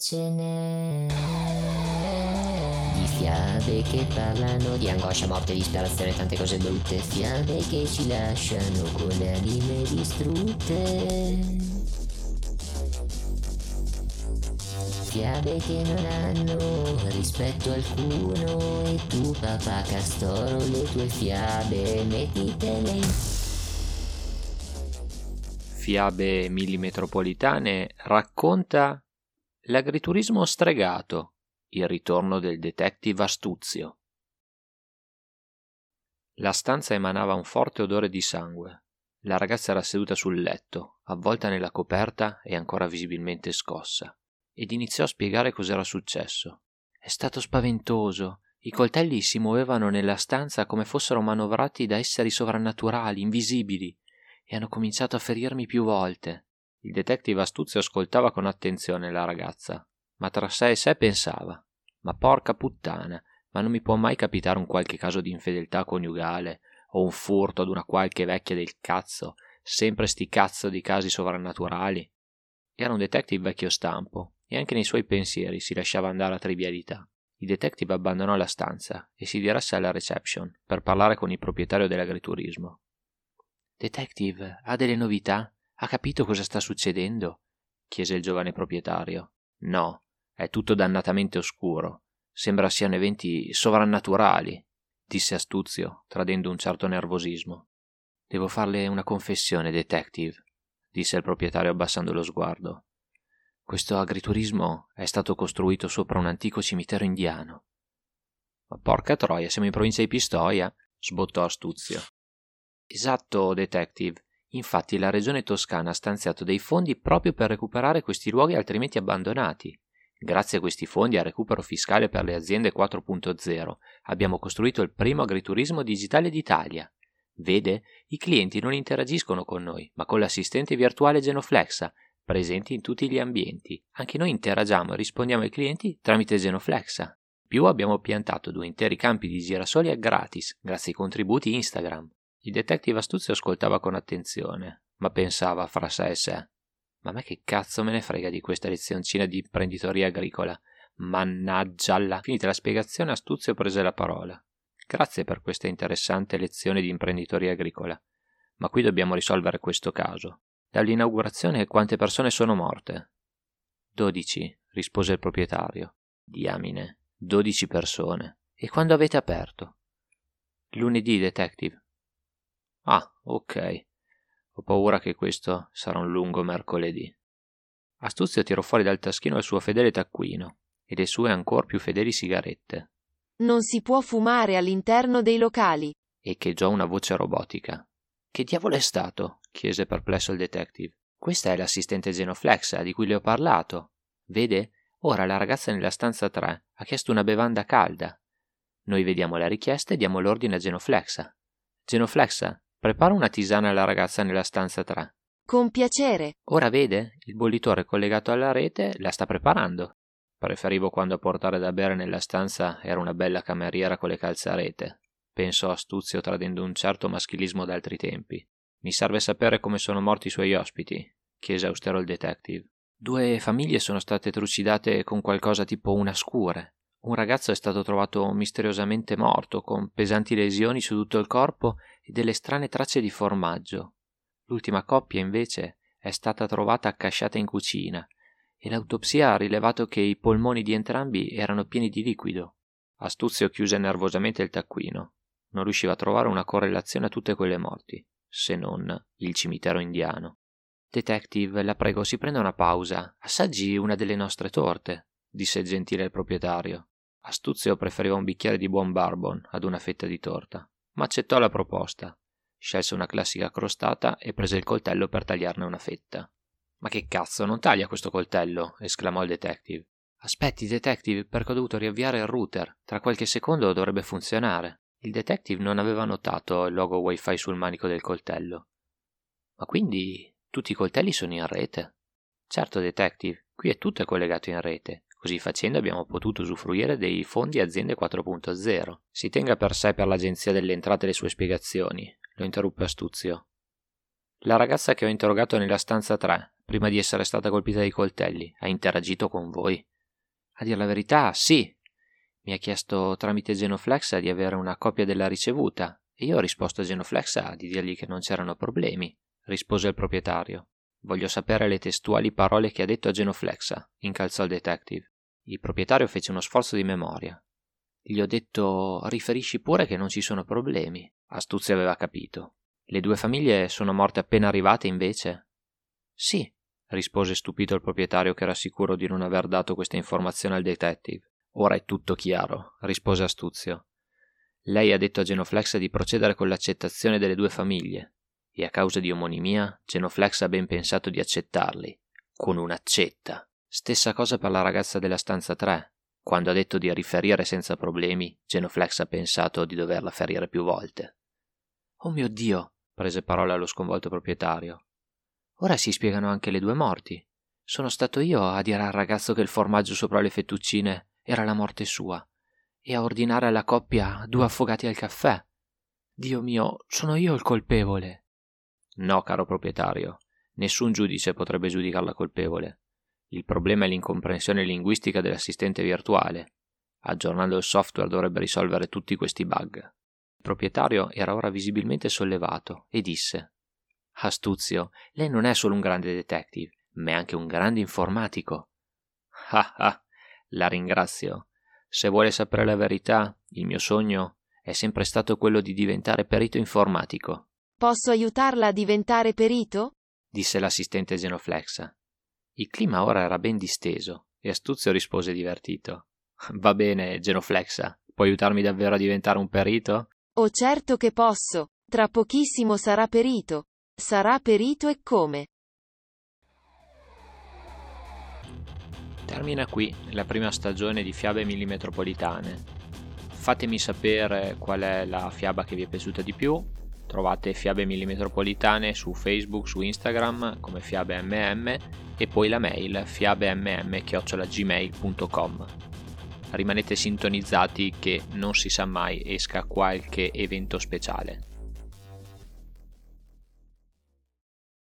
ce n'è di fiabe che parlano di angoscia, morte, disperazione, tante cose brutte, fiabe che ci lasciano con le anime distrutte. Fiabe che non hanno rispetto alcuno e tu, papà Castoro, le tue fiabe mettitele in... Fiabe millimetropolitane racconta l'agriturismo stregato, il ritorno del detective Astuzio. La stanza emanava un forte odore di sangue. La ragazza era seduta sul letto, avvolta nella coperta e ancora visibilmente scossa, ed iniziò a spiegare cos'era successo. È stato spaventoso. I coltelli si muovevano nella stanza come fossero manovrati da esseri sovrannaturali, invisibili, e hanno cominciato a ferirmi più volte. Il detective Astuzio ascoltava con attenzione la ragazza, ma tra sé e sé pensava: ma porca puttana, ma non mi può mai capitare un qualche caso di infedeltà coniugale o un furto ad una qualche vecchia del cazzo, sempre sti cazzo di casi sovrannaturali? Era un detective vecchio stampo e anche nei suoi pensieri si lasciava andare a trivialità. Il detective abbandonò la stanza e si diresse alla reception per parlare con il proprietario dell'agriturismo. Detective, ha delle novità? Ha capito cosa sta succedendo? Chiese il giovane proprietario. No, è tutto dannatamente oscuro. Sembra siano eventi sovrannaturali, disse Astuzio, tradendo un certo nervosismo. Devo farle una confessione, detective, disse il proprietario abbassando lo sguardo. Questo agriturismo è stato costruito sopra un antico cimitero indiano. Ma porca troia, siamo in provincia di Pistoia? Sbottò Astuzio. Esatto, detective. Infatti la regione toscana ha stanziato dei fondi proprio per recuperare questi luoghi altrimenti abbandonati. Grazie a questi fondi e al recupero fiscale per le aziende 4.0 abbiamo costruito il primo agriturismo digitale d'Italia. Vede, i clienti non interagiscono con noi, ma con l'assistente virtuale Genoflexa, presenti in tutti gli ambienti. Anche noi interagiamo e rispondiamo ai clienti tramite Genoflexa. In più abbiamo piantato 2 interi campi di girasoli a gratis, grazie ai contributi Instagram. Il detective Astuzio ascoltava con attenzione, ma pensava fra sé e sé: ma a me che cazzo me ne frega di questa lezioncina di imprenditoria agricola? Mannaggialla! Finita la spiegazione, Astuzio prese la parola. Grazie per questa interessante lezione di imprenditoria agricola, ma qui dobbiamo risolvere questo caso. Dall'inaugurazione quante persone sono morte? 12, rispose il proprietario. Diamine, 12 persone. E quando avete aperto? Lunedì, detective. Ah, ok. Ho paura che questo sarà un lungo mercoledì. Astuzio tirò fuori dal taschino il suo fedele taccuino e le sue ancor più fedeli sigarette. Non si può fumare all'interno dei locali. Echeggiò una voce robotica. Che diavolo è stato? Chiese perplesso il detective. Questa è l'assistente Genoflexa di cui le ho parlato. Vede? Ora la ragazza nella stanza 3 ha chiesto una bevanda calda. Noi vediamo la richiesta e diamo l'ordine a Genoflexa. Genoflexa, prepara una tisana alla ragazza nella stanza 3. Con piacere. Ora vede? Il bollitore collegato alla rete la sta preparando. Preferivo quando a portare da bere nella stanza era una bella cameriera con le calze a rete, pensò Astuzio tradendo un certo maschilismo d'altri tempi. Mi serve sapere come sono morti i suoi ospiti, chiese austero il detective. 2 famiglie sono state trucidate con qualcosa tipo una scure. Un ragazzo è stato trovato misteriosamente morto, con pesanti lesioni su tutto il corpo e delle strane tracce di formaggio. L'ultima coppia, invece, è stata trovata accasciata in cucina e l'autopsia ha rilevato che i polmoni di entrambi erano pieni di liquido. Astuzio chiuse nervosamente il taccuino. Non riusciva a trovare una correlazione a tutte quelle morti, se non il cimitero indiano. Detective, la prego, si prenda una pausa. Assaggi una delle nostre torte, disse gentile il proprietario. Astuzio preferiva un bicchiere di buon bourbon ad una fetta di torta, ma accettò la proposta. Scelse una classica crostata e prese il coltello per tagliarne una fetta. Ma che cazzo, non taglia questo coltello? Esclamò il detective. Aspetti, detective, perché ho dovuto riavviare il router. Tra qualche secondo dovrebbe funzionare. Il detective non aveva notato il logo wifi sul manico del coltello. Ma quindi tutti i coltelli sono in rete? Certo, detective, qui è tutto collegato in rete. Così facendo abbiamo potuto usufruire dei fondi aziende 4.0. Si tenga per sé per l'agenzia delle entrate le sue spiegazioni, lo interruppe Astuzio. La ragazza che ho interrogato nella stanza 3, prima di essere stata colpita dai coltelli, ha interagito con voi. A dir la verità, sì. Mi ha chiesto tramite Genoflexa di avere una copia della ricevuta e io ho risposto a Genoflexa di dirgli che non c'erano problemi, rispose il proprietario. Voglio sapere le testuali parole che ha detto a Genoflexa, incalzò il detective. Il proprietario fece uno sforzo di memoria. Gli ho detto: riferisci pure che non ci sono problemi. Astuzio aveva capito. Le 2 famiglie sono morte appena arrivate invece? Sì, rispose stupito il proprietario, che era sicuro di non aver dato questa informazione al detective. Ora è tutto chiaro, rispose Astuzio. Lei ha detto a Genoflexa di procedere con l'accettazione delle 2 famiglie e a causa di omonimia Genoflexa ha ben pensato di accettarli, con un'accetta. Stessa cosa per la ragazza della stanza 3. Quando ha detto di riferire senza problemi, Genoflexa ha pensato di doverla ferire più volte. Oh mio Dio, prese parola lo sconvolto proprietario. Ora si spiegano anche le 2 morti. Sono stato io a dire al ragazzo che il formaggio sopra le fettuccine era la morte sua e a ordinare alla coppia 2 affogati al caffè. Dio mio, sono io il colpevole. No, caro proprietario, nessun giudice potrebbe giudicarla colpevole. Il problema è l'incomprensione linguistica dell'assistente virtuale. Aggiornando il software dovrebbe risolvere tutti questi bug. Il proprietario era ora visibilmente sollevato e disse: Astuzio, lei non è solo un grande detective, ma è anche un grande informatico. Ah ah, la ringrazio. Se vuole sapere la verità, il mio sogno è sempre stato quello di diventare perito informatico. Posso aiutarla a diventare perito? Disse l'assistente Genoflexa. Il clima ora era ben disteso e Astuzio rispose divertito. Va bene, Genoflexa, puoi aiutarmi davvero a diventare un perito? Oh, certo che posso. Tra pochissimo sarà perito. Sarà perito e come? Termina qui la prima stagione di Fiabe Millimetropolitane. Fatemi sapere qual è la fiaba che vi è piaciuta di più. Trovate Fiabe Millimetropolitane su Facebook, su Instagram come Fiabe MM e poi la mail fiabemm@gmail.com. Rimanete sintonizzati che non si sa mai esca qualche evento speciale.